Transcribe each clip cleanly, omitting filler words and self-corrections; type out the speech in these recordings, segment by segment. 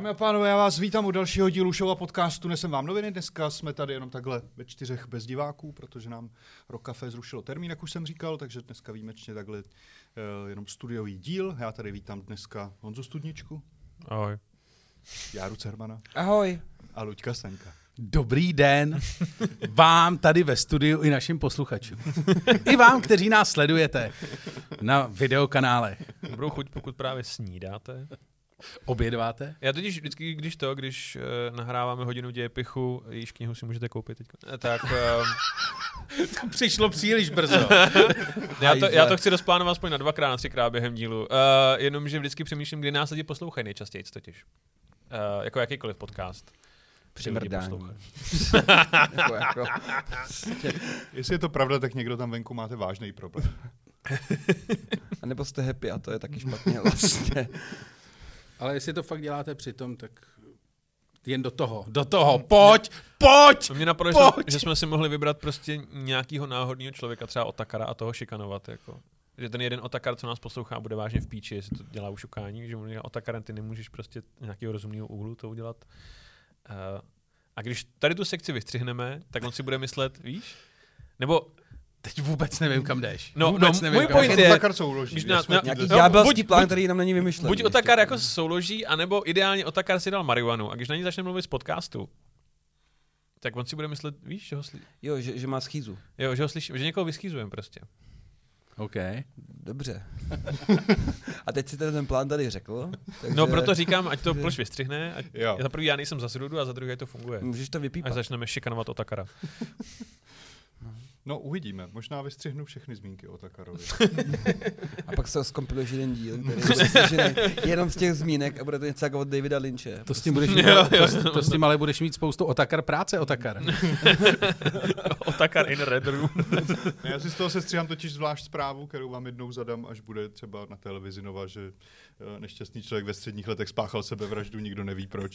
Dámy a pánové, já vás vítám u dalšího dílu show a podcastu. Nesem vám noviny. Dneska jsme tady jenom takhle ve 4 bez diváků, protože nám Rock Café zrušilo termín, jak už jsem říkal, takže dneska výjimečně takhle jenom studiový díl. Já tady vítám dneska Honzu Studničku. Ahoj. Járu Cermana. Ahoj. A Luďka Staňka. Dobrý den vám tady ve studiu i našim posluchačům. I vám, kteří nás sledujete na videokanálech. Dobrou chuť, pokud právě snídáte. Obědváte? Já totiž vždycky, když nahráváme hodinu dějepichu, jejíž knihu si můžete koupit teď, tak... To přišlo příliš brzo. já to chci rozplánovat aspoň na 2x, na 3x během dílu. Jenomže vždycky přemýšlím, kdy nás lidi poslouchají nejčastěji totiž. Jako jakýkoliv podcast. Přimrdání. Jestli je to pravda, tak někdo tam venku máte vážný problém. A nebo jste happy a to je taky špatně vlastně. Ale jestli to fakt děláte přitom, tak jen do toho, pojď! To mě napadlo, že jsme si mohli vybrat prostě nějakýho náhodného člověka, třeba Otakara, a toho šikanovat, jako. Že ten jeden Otakar, co nás poslouchá, bude vážně v píči, jestli to dělá ušukání, že mu říká, Otakarem, ty nemůžeš prostě nějakého rozumného úhlu to udělat. A když tady tu sekci vystřihneme, tak on si bude myslet, víš? Nebo teď vůbec nevím, kam jdeš. Můj point je, Otakar souloží. Nějaký ďábelský plán, který nám není vymyšlený. Buď Otakar jako souloží, anebo ideálně Otakar si dal marihuanu. A když na ní začne mluvit z podcastu, tak on si bude myslet, víš, že ho slyší. Jo, že má schýzu. Jo, že ho slyší, že někoho vyschýzujeme prostě. OK. Dobře. A teď si ten plán tady řekl. Takže... No proto říkám, ať to Plš vystřihne. Jo. Za prvý já nejsem za srudu a za druhý to funguje. Můžeš to vypípat. Až začneme šikanovat Otakara. No uvidíme, možná vystřihnu všechny zmínky o Otakarovi. A pak se zkompiluješ jeden díl, který je jenom z těch zmínek a bude to něco jako od Davida Lynche. To s tím budeš mít, to s tím ale budeš mít spoustu Otakar práce, Otakar. Otakar in Red Room. Já si z toho sestříhám totiž zvlášť zprávu, kterou vám jednou zadám, až bude třeba na televizi Nova, že nešťastný člověk ve středních letech spáchal sebevraždu, nikdo neví proč.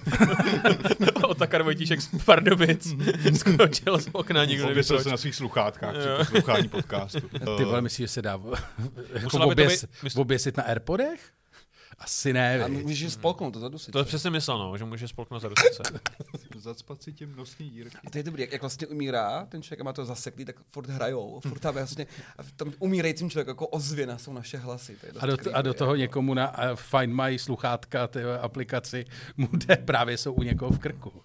Otakar Vojtíšek z Pardubic skočil z okna, nikdo neví proč. Se na svých sluchátkách při poslouchání podcastu. Ty vole, myslíš, že se dá oběsit na AirPodech? Asi ne. A můžeš spolknout to zadusit. To přesně myslel, no, že můžeš spolknout zadusit se. Zacpat si tím nosní dírky. A to je dobrý, jak vlastně umírá ten člověk a má to zaseklý, tak furt hrajou. Furt tam vlastně, a v tom umírajícím člověku jako ozvěna jsou naše hlasy. A do toho někomu na Find My sluchátka, aplikaci, mu jde právě jsou u někoho v krku.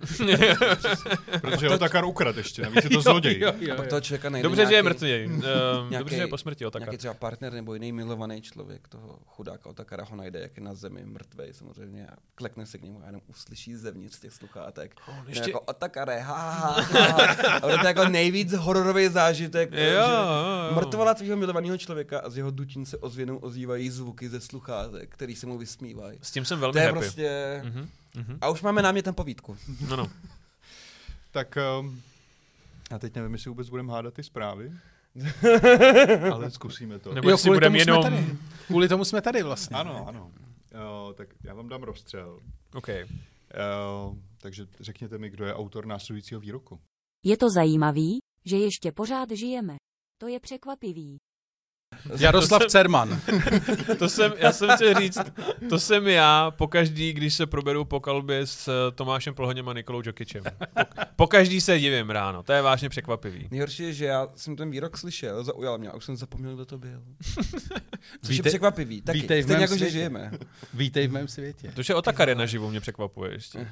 Protože Otakar ukrad ještě, navíc je to zloděj. A pak toho člověka najde dobře, že je mrtvý. Dobře, že je po smrti Otakar. Nějaký třeba partner nebo jiný milovaný člověk toho chudáka Otakara ho najde, jak je na zemi mrtvej samozřejmě a klekne se k němu a jenom uslyší zevnitř těch sluchátek. Ještě... Jako Otakare, a bude to jako nejvíc hororový zážitek, že mrtvola tvýho milovaného člověka a z jeho dutin se ozvěnou ozývají zvuky ze sluchátek, který se mu vysmívají. S tím jsem velmi happy. Prostě... A už máme námět na povídku. No. Tak já teď nevím, jestli vůbec budeme hádat ty zprávy, ale zkusíme to. Nebo si budeme jenom... Kvůli tomu jsme tady vlastně. Ano. Tak já vám dám rozstřel. Okay. Takže řekněte mi, kdo je autor následujícího výroku. Je to zajímavý, že ještě pořád žijeme. To je překvapivý. Jaroslav Cerman. Já jsem chtěl říct, to jsem já pokaždý, když se proberu po kalbě s Tomášem Plhoněm a Nikolou Jokičem. Pokaždý se divím ráno, to je vážně překvapivý. Nejhorší je, že já jsem ten výrok slyšel, zaujal mě a už jsem zapomněl, kdo to byl. Což je překvapivý, taky. Stejně jako, že žijeme. Vítej v mém světě. To, že Otakar je naživu, mě překvapuje ještě.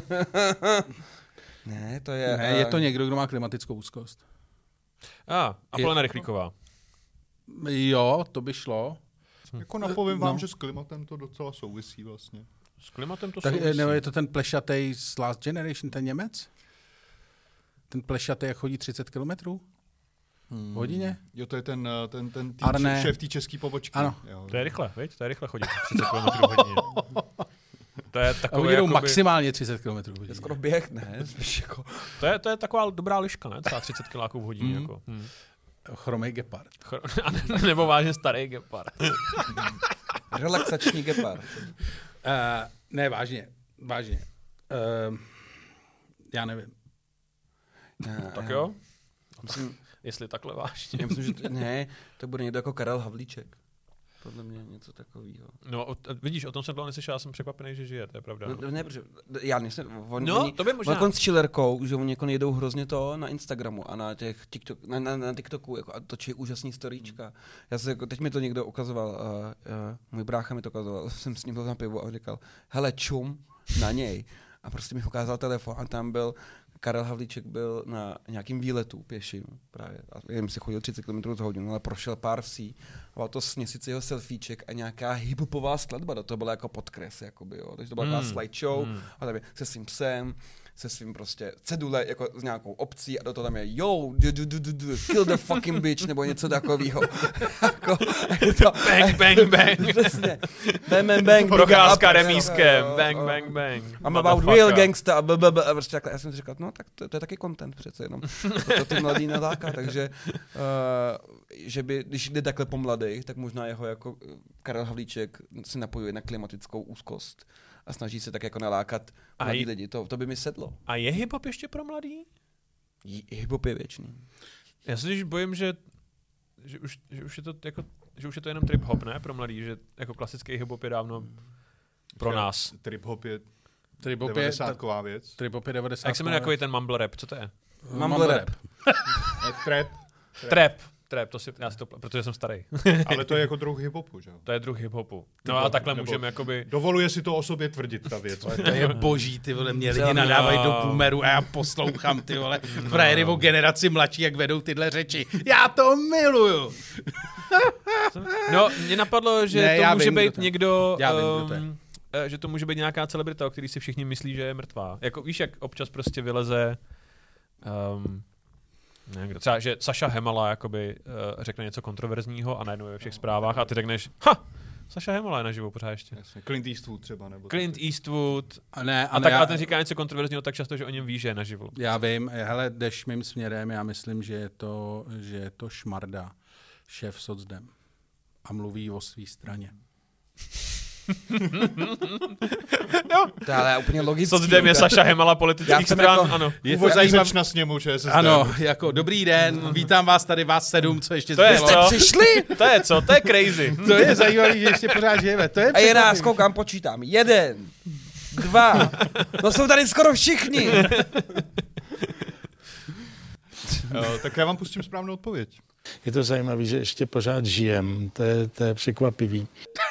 Ne, to je... Ne, je to někdo, kdo má klimatickou úzkost. Apolena Rychlíková. Jo, to by šlo. Jako napovím vám, že s klimatem to docela souvisí vlastně. S klimatem to tak, souvisí. Nebo je to ten plešatej z Last Generation, ten Němec? Ten plešatej, jak chodí 30 kilometrů? V hodině? Jo, to je ten šéf té české pobočky. Ano. Jo. To je rychle, viď? To je rychle chodit 30 kilometrů v hodině. To je takové jakoby... maximálně 30 km v hodině. To je skoro běh, ne? Jako... To je taková dobrá liška, ne? Třeba 30 km v hodině. Jako. Chromej gepard. Nebo vážně starý gepard. Relaxační gepard. Ne, vážně. Já nevím. Tak jo? Myslím, jestli takhle vážně. Já myslím, že to bude někdo jako Karel Havlíček. Podle mě něco takového. No, vidíš, o tom jsem dlouho neslyšel, já jsem překvapený, že žije, to je pravda. No, ne, protože já nejsem, to by možná. On s chillerkou, že oni jako jedou hrozně to na Instagramu a na těch na TikToku jako, a točí úžasný storíčka. Já se jako, teď mi to někdo ukazoval, můj brácha mi to ukazoval, jsem s ním byl na pivu a on říkal, hele, čum na něj. A prostě mi ukázal telefon a tam byl Karel Havlíček byl na nějakým výletu pěším právě. A jen si chodil 30 km za hodinu, ale prošel pár vsí. A byl to směsice jeho selfieček a nějaká hiphopová skladba. Do toho byla jako podkres, jakoby, jo. Takže to byla taková slideshow a tam je se svým psem, se svým prostě cedule jako s nějakou obcí a do toho tam je yo, kill the fucking bitch, nebo něco takového. Jako, bang, bang, bang. Přesně. Bang, bang, bang. Procházka remískem. Bang, bang, bang. I'm about real gangsta. A prostě takhle. Já jsem si říkal, no tak to je taky content přece jenom. To ty mladý naláká, takže že by, když jde takhle po mladých, tak možná jeho jako Karel Havlíček si napojuje na klimatickou úzkost a snaží se tak jako nalákat mladí lidi. To by mi sedlo. A je hip-hop ještě pro mladý? Hip-hop je věčný. Já se totiž bojím, že už je to jako, že už je to jenom trip-hop, ne? Pro mladý, že jako klasický hip-hop je dávno pro nás. Trip-hop je 90ková věc. Trip-hop je 90ková. Jak se jmenuje takový ten mumble rap? Co to je? Mumble rap. Trap, to si, protože jsem starý. Ale to je jako druh hip-hopu, že jo? To je druh hip-hopu. No a takhle můžeme jakoby... Dovoluje si to o sobě tvrdit, ta věc. To je boží, ty vole, mě lidi nadávají do boomeru a já poslouchám, ty vole, frajery o generaci mladší, jak vedou tyhle řeči. Já to miluju! No, mě napadlo, že ne, to může být někdo... Já vím, kdo to je. Že to může být nějaká celebrita, o který si všichni myslí, že je mrtvá. Jako víš, jak občas prostě vyleze... nevím, třeba, že Saša Hemala jakoby řekne něco kontroverzního a najednou je ve všech zprávách a ty řekneš, Saša Hemala je naživu pořád ještě. Jasně. Clint Eastwood třeba. Nebo Clint Eastwood. A ten říká něco kontroverzního tak často, že o něm ví, že je naživu. Já vím, hele, jdeš mým směrem, já myslím, že je to Šmarda, šéf Socdem a mluví o své straně. Jo. To ale úplně logicky. Socdem je Saša Hemala politických stran, jako, ano. Je to zajímavé na sněmu, ČSSD. Ano, jako dobrý den, vítám vás tady, vás 7, co ještě to je zbylo. co? Přišli? To je co? To je crazy. To je zajímavý, že ještě pořád žijeme. To je a je nás, koukám, počítám. 1, 2, no jsou tady skoro všichni. Tak já vám pustím správnou odpověď. Je to zajímavé, že ještě pořád žijem. To je překvapivý.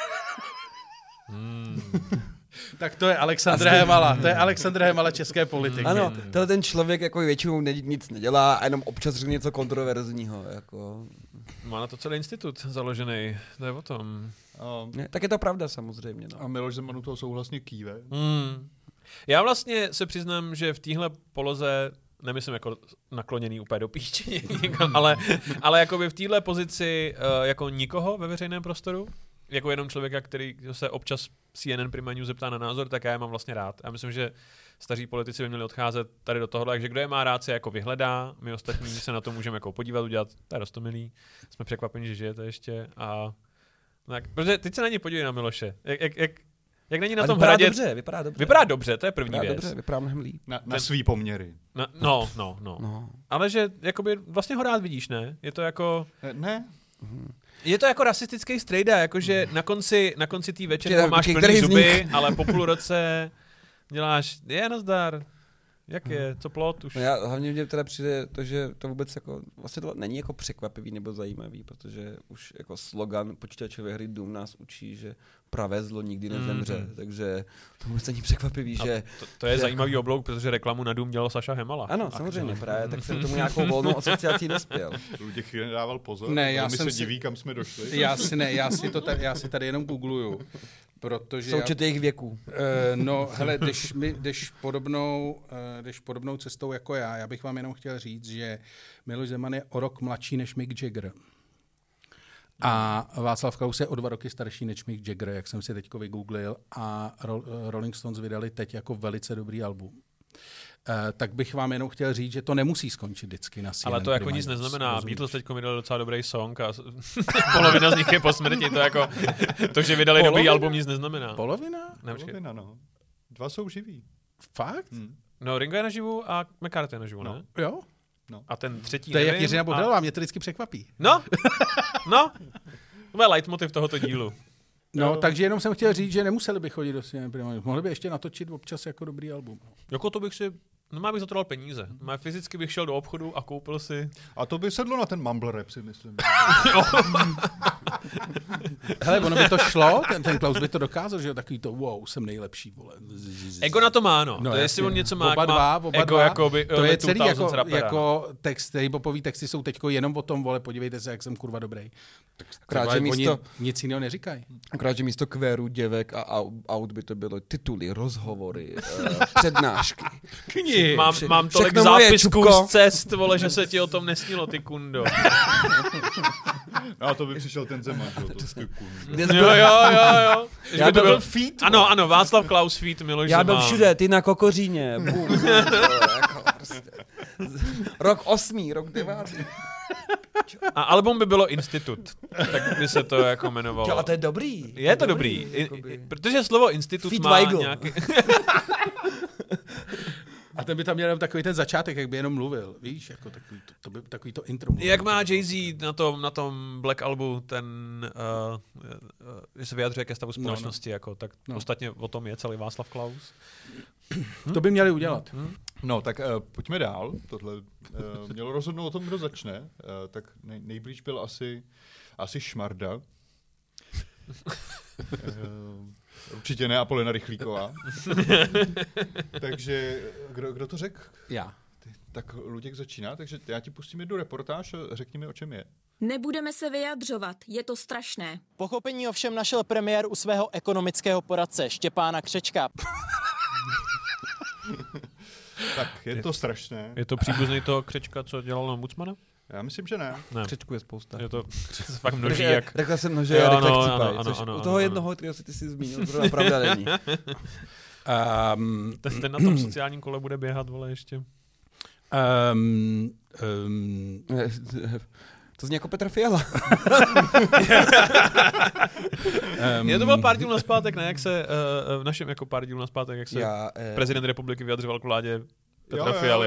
Tak to je Alexandr Hemala. To je Alexandr Hemala české politiky. Ano, ten člověk jako většinou nic nedělá a jenom občas řekne něco kontroverzního. Jako. Má na to celý institut založený. To je o tom. Tak je to pravda samozřejmě. No. A Miloš Zeman u toho souhlasně kýve. Já vlastně se přiznám, že v téhle poloze nemyslím jako nakloněný úplně do píči, ale jakoby v téhle pozici jako nikoho ve veřejném prostoru, jako jenom člověka, který se občas CNN Prima News zeptá na názor, tak já je mám vlastně rád. Já myslím, že staří politici by měli odcházet tady do tohohle, takže kdo je má rád, se jako vyhledá, my ostatní se na to můžeme jako podívat, udělat, to je dost milý, jsme překvapeni, že žijete ještě a tak, protože teď se na něj podívej na Miloše, jak není na tom hradě. Vypadá dobře. Vypadá dobře, to je první věc. Dobře, vypadá mnohem líp. Na svý poměry. No. Ale že jakoby vlastně ho rád vidíš, ne? Je to jako... Ne. Je to jako rasistický strejda, jakože na konci té večery máš plný zuby, ale po půl roce děláš, nazdar. Jak je? Co plot už? No já hlavně mě teda přijde to, že to vůbec jako, vlastně to není jako překvapivý nebo zajímavý, protože už jako slogan počítačové hry Doom nás učí, že pravé zlo nikdy nezemře, takže to vůbec není překvapivý, že... To je zajímavý oblouk, protože reklamu na Doom dělal Saša Hemala. Ano, samozřejmě, právě, tak jsem tomu nějakou volnou asociací nespěl. Luděk nedával pozor, ne, já se diví, kam jsme došli. Já si tady jenom googluju. Protože součet jejich věků. No, hele, jdeš podobnou cestou jako já bych vám jenom chtěl říct, že Miloš Zeman je o rok mladší než Mick Jagger. A Václav Klaus je o 2 roky starší než Mick Jagger, jak jsem si teďko vygooglil, a Rolling Stones vydali teď jako velice dobrý album. Tak bych vám jenom chtěl říct, že to nemusí skončit vždycky na CNN. Ale to jako nic neznamená. Beatles teďko vydali docela dobrý song a polovina z nich je po smrti. To, že vydali dobrý album, nic neznamená. Polovina, no. 2 jsou živí. Fakt? No, Ringo je naživu a McCartney je naživu, ne? Jo. No. A ten třetí to je jak Jiřina Bohdalová, mě to vždycky překvapí. No. To je leitmotiv tohoto dílu. No, takže jenom jsem chtěl říct, že nemuseli by chodit do Cinema Prima. Mohli by ještě natočit občas jako dobrý album. Jako to bych si... No, bych za to dal peníze. Fyzicky bych šel do obchodu a koupil si... A to by sedlo na ten mumble rap, si myslím. Hele, ono by to šlo, ten Klaus by to dokázal, že jo, takový to, wow, jsem nejlepší, vole. Ego na to má, no. No to jestli on něco má, oba dva, ego jakoby, to je celý jako text, hip-hopový texty jsou teďko jenom o tom, vole, podívejte se, jak jsem kurva dobrý. Akorát, že místo, nic jiného neříkají. Akorát, že místo kvéru, děvek a aut by to bylo tituly, rozhovory, přednášky. Knihy. Mám tolik zápisků z cest, vole, že se ti o tom nesnilo, ty kundo. No a to by přišel ten Zeman, Jo. Já byl feat. Ano, Václav Klaus feat, Miloš Zeman. Já byl všude, ty na Kokoříně. Rok 8, rok 9. A album by bylo Institut, tak by se to jako jmenovalo. Jo, a to je dobrý. Je to dobrý. Protože slovo institut Feed má Weigl. nějaký... A ten by tam měl jenom takový ten začátek, jak by jenom mluvil, víš, jako takový to intro. Jak má Jay-Z na tom Black Albu, ten se vyjadřuje ke stavu společnosti, jako, tak ostatně o tom je celý Václav Klaus. To by měli udělat. No, tak pojďme dál. Tohle mělo rozhodnout o tom, kdo začne. Tak nejblíž byl asi Šmarda. Určitě ne Apolena Rychlíková. Takže kdo to řekl? Já. Tak Luděk začíná, takže já ti pustím jednu reportáž a řekni mi, o čem je. Nebudeme se vyjadřovat, je to strašné. Pochopení ovšem našel premiér u svého ekonomického poradce Štěpána Křečka. Tak, je to strašné. Je to příbuzný toho Křečka, co dělal ombudsmana? Já myslím, že ne. Křečku je spousta. Je to se fakt množí jak... Řekla jsem množí jak chcípaj, což ano, u toho jednoho, kterého si ty si zmínil, to pravda není. Ten na tom sociálním kole bude běhat, vole, ještě. To zní jako Petr Fiala. Je to byl pár dílů naspátek, ne? Jak se v našem jako pár dílů naspátek, jak se prezident republiky vyjadřoval k vládě Petra Fialy.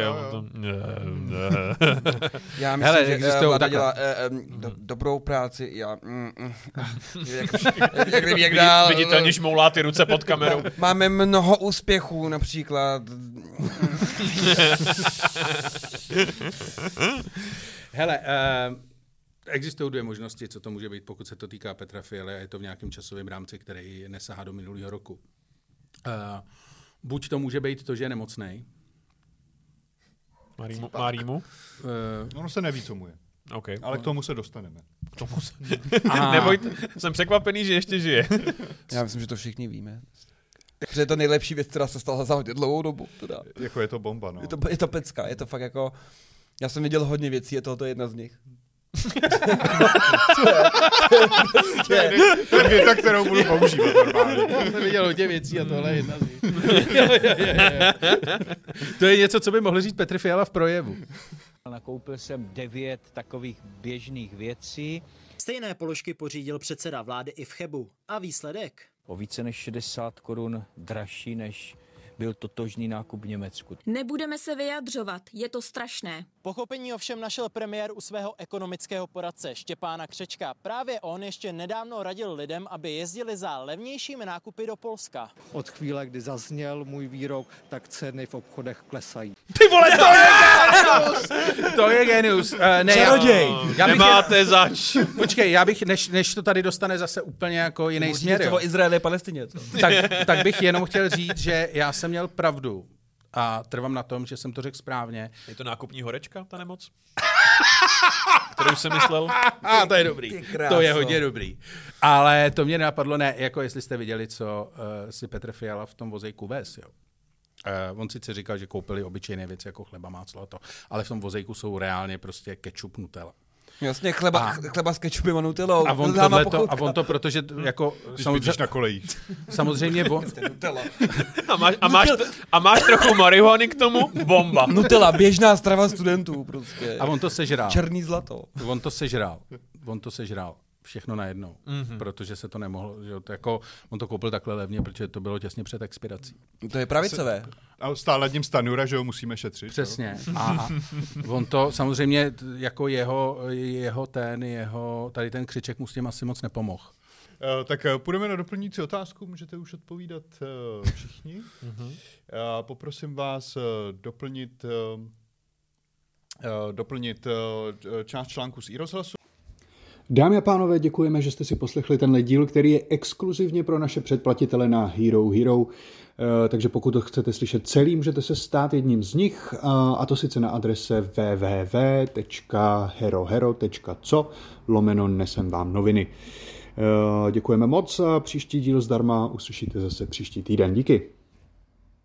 Já myslím, že vláda dělá dobrou práci. Jak dál. Viditelně šmoulá ty ruce pod kamerou. Máme mnoho úspěchů, například. Hele, existují dvě možnosti, co to může být, pokud se to týká Petra Fialy a je to v nějakém časovém rámci, který nesahá do minulého roku. Buď to může být to, že je nemocnej. Má rýmu? Ono se neví, co mu je. Okay. Ale k tomu se dostaneme. Nebojte, jsem překvapený, že ještě žije. Já myslím, že to všichni víme. Protože je to nejlepší věc, která se stala za hodně dlouhou dobu. Teda. Jako je to bomba, no. Je to pecka, je to fakt jako... Já jsem viděl hodně věcí, je tohoto jedna z nich. To je věta, kterou budu používat normálně. Já jsem viděl hodně věcí a tohle je jedna z nich. To je něco, co by mohl říct Petr Fiala v projevu. Nakoupil jsem 9 takových běžných věcí. Stejné položky pořídil předseda vlády i v Chebu. A výsledek? O více než 60 korun dražší, než byl totožný nákup v Německu. Nebudeme se vyjadřovat, je to strašné. Pochopení ovšem našel premiér u svého ekonomického poradce Štěpána Křečka. Právě on ještě nedávno radil lidem, aby jezdili za levnějšími nákupy do Polska. Od chvíle, kdy zazněl můj výrok, tak ceny v obchodech klesají. Ty vole, to je genius! To je genius. Čaroděj. Nemáte zač. Počkej, já bych, než to tady dostane zase úplně jako jiný směr. O Izraeli a Palestině. Tak bych jenom chtěl říct, že já jsem měl pravdu a trvám na tom, že jsem to řekl správně. Je to nákupní horečka, ta nemoc? Kterou jsem myslel? To je dobrý. To je hodně dobrý. Ale to mě napadlo, ne, jako jestli jste viděli, co si Petr Fiala v tom vozejku vez, jo. On sice říkal, že koupili obyčejné věci jako chleba, máslo a to, ale v tom vozejku jsou reálně prostě ketchup, Nutella. Jasně, chleba s ketchupem a Nutellou. A on to, protože jako... Když na kolejích. Samozřejmě... A máš trochu marihuany k tomu? Bomba. Nutella, běžná strava studentů prostě. A on to sežral. Černý zlato. On to sežral. všechno najednou, protože se to nemohlo, že jako on to koupil takhle levně, protože to bylo těsně před expirací. To je pravicové. A stál nad ním Stanjura, že ho musíme šetřit. Přesně. A on to samozřejmě jako tady ten křiček mu s tím asi moc nepomohl. Tak půjdeme na doplňující otázku, můžete už odpovídat všichni. Poprosím vás doplnit část článku z iRozhlasu. Dámy a pánové, děkujeme, že jste si poslechli tenhle díl, který je exkluzivně pro naše předplatitele na Hero Hero. Takže pokud to chcete slyšet celý, můžete se stát jedním z nich, a to sice na adrese www.herohero.co/nesem vám noviny. Děkujeme moc a příští díl zdarma uslyšíte zase příští týden. Díky.